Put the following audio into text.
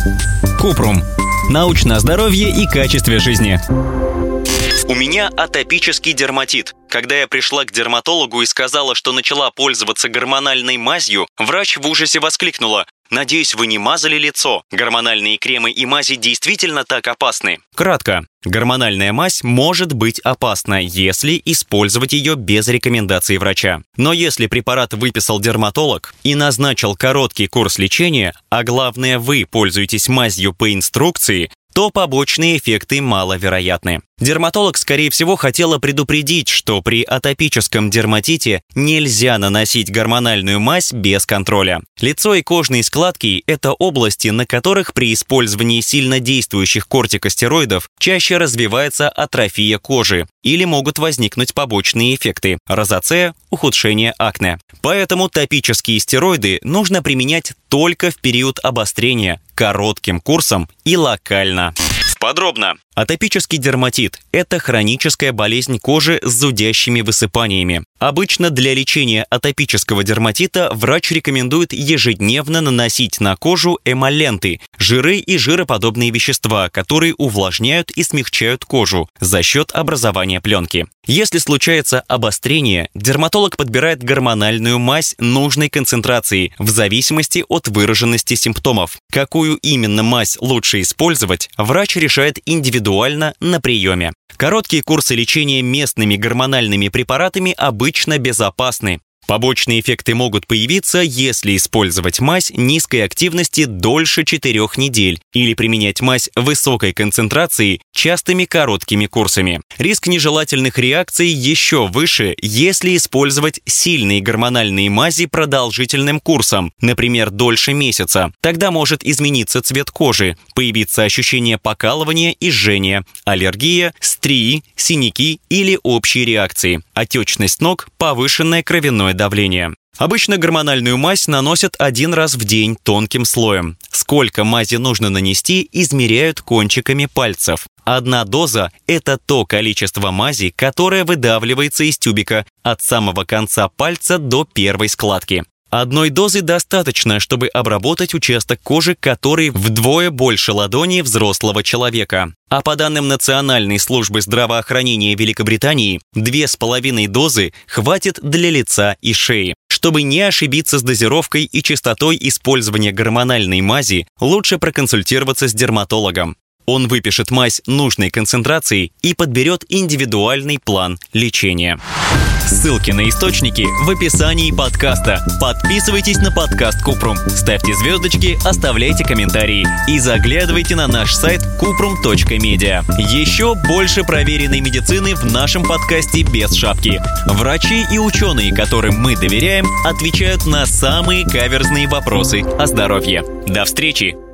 Купрум. Научное здоровье и качестве жизни. У меня атопический дерматит. Когда я пришла к дерматологу и сказала, что начала пользоваться гормональной мазью, врач в ужасе воскликнула: «Надеюсь, вы не мазали лицо. Гормональные кремы и мази действительно так опасны». Кратко. Гормональная мазь может быть опасна, если использовать ее без рекомендации врача. Но если препарат выписал дерматолог и назначил короткий курс лечения, а главное, вы пользуетесь мазью по инструкции, то побочные эффекты маловероятны. Дерматолог, скорее всего, хотела предупредить, что при атопическом дерматите нельзя наносить гормональную мазь без контроля. Лицо и кожные складки – это области, на которых при использовании сильнодействующих кортикостероидов чаще развивается атрофия кожи или могут возникнуть побочные эффекты – розацея, ухудшение акне. Поэтому топические стероиды нужно применять только в период обострения, коротким курсом и локально. Подробно. Атопический дерматит – это хроническая болезнь кожи с зудящими высыпаниями. Обычно для лечения атопического дерматита врач рекомендует ежедневно наносить на кожу эмолленты – жиры и жироподобные вещества, которые увлажняют и смягчают кожу за счет образования пленки. Если случается обострение, дерматолог подбирает гормональную мазь нужной концентрации в зависимости от выраженности симптомов. Какую именно мазь лучше использовать, врач решает индивидуально на приеме. Короткие курсы лечения местными гормональными препаратами обычно безопасны. Побочные эффекты могут появиться, если использовать мазь низкой активности дольше 4 недель или применять мазь высокой концентрации частыми короткими курсами. Риск нежелательных реакций еще выше, если использовать сильные гормональные мази продолжительным курсом, например, дольше месяца. Тогда может измениться цвет кожи, появиться ощущение покалывания и жжения, аллергия, стрии, синяки или общие реакции, отечность ног, повышенное кровяное давление. Обычно гормональную мазь наносят 1 раз в день тонким слоем. Сколько мази нужно нанести, измеряют кончиками пальцев. 1 доза – это то количество мази, которое выдавливается из тюбика от самого конца пальца до первой складки. 1 дозы достаточно, чтобы обработать участок кожи, который вдвое больше ладони взрослого человека. А по данным Национальной службы здравоохранения Великобритании, 2,5 дозы хватит для лица и шеи. Чтобы не ошибиться с дозировкой и частотой использования гормональной мази, лучше проконсультироваться с дерматологом. Он выпишет мазь нужной концентрации и подберет индивидуальный план лечения. Ссылки на источники в описании подкаста. Подписывайтесь на подкаст Купрум, ставьте звездочки, оставляйте комментарии и заглядывайте на наш сайт kuprum.media. Еще больше проверенной медицины в нашем подкасте без шапки. Врачи и ученые, которым мы доверяем, отвечают на самые каверзные вопросы о здоровье. До встречи!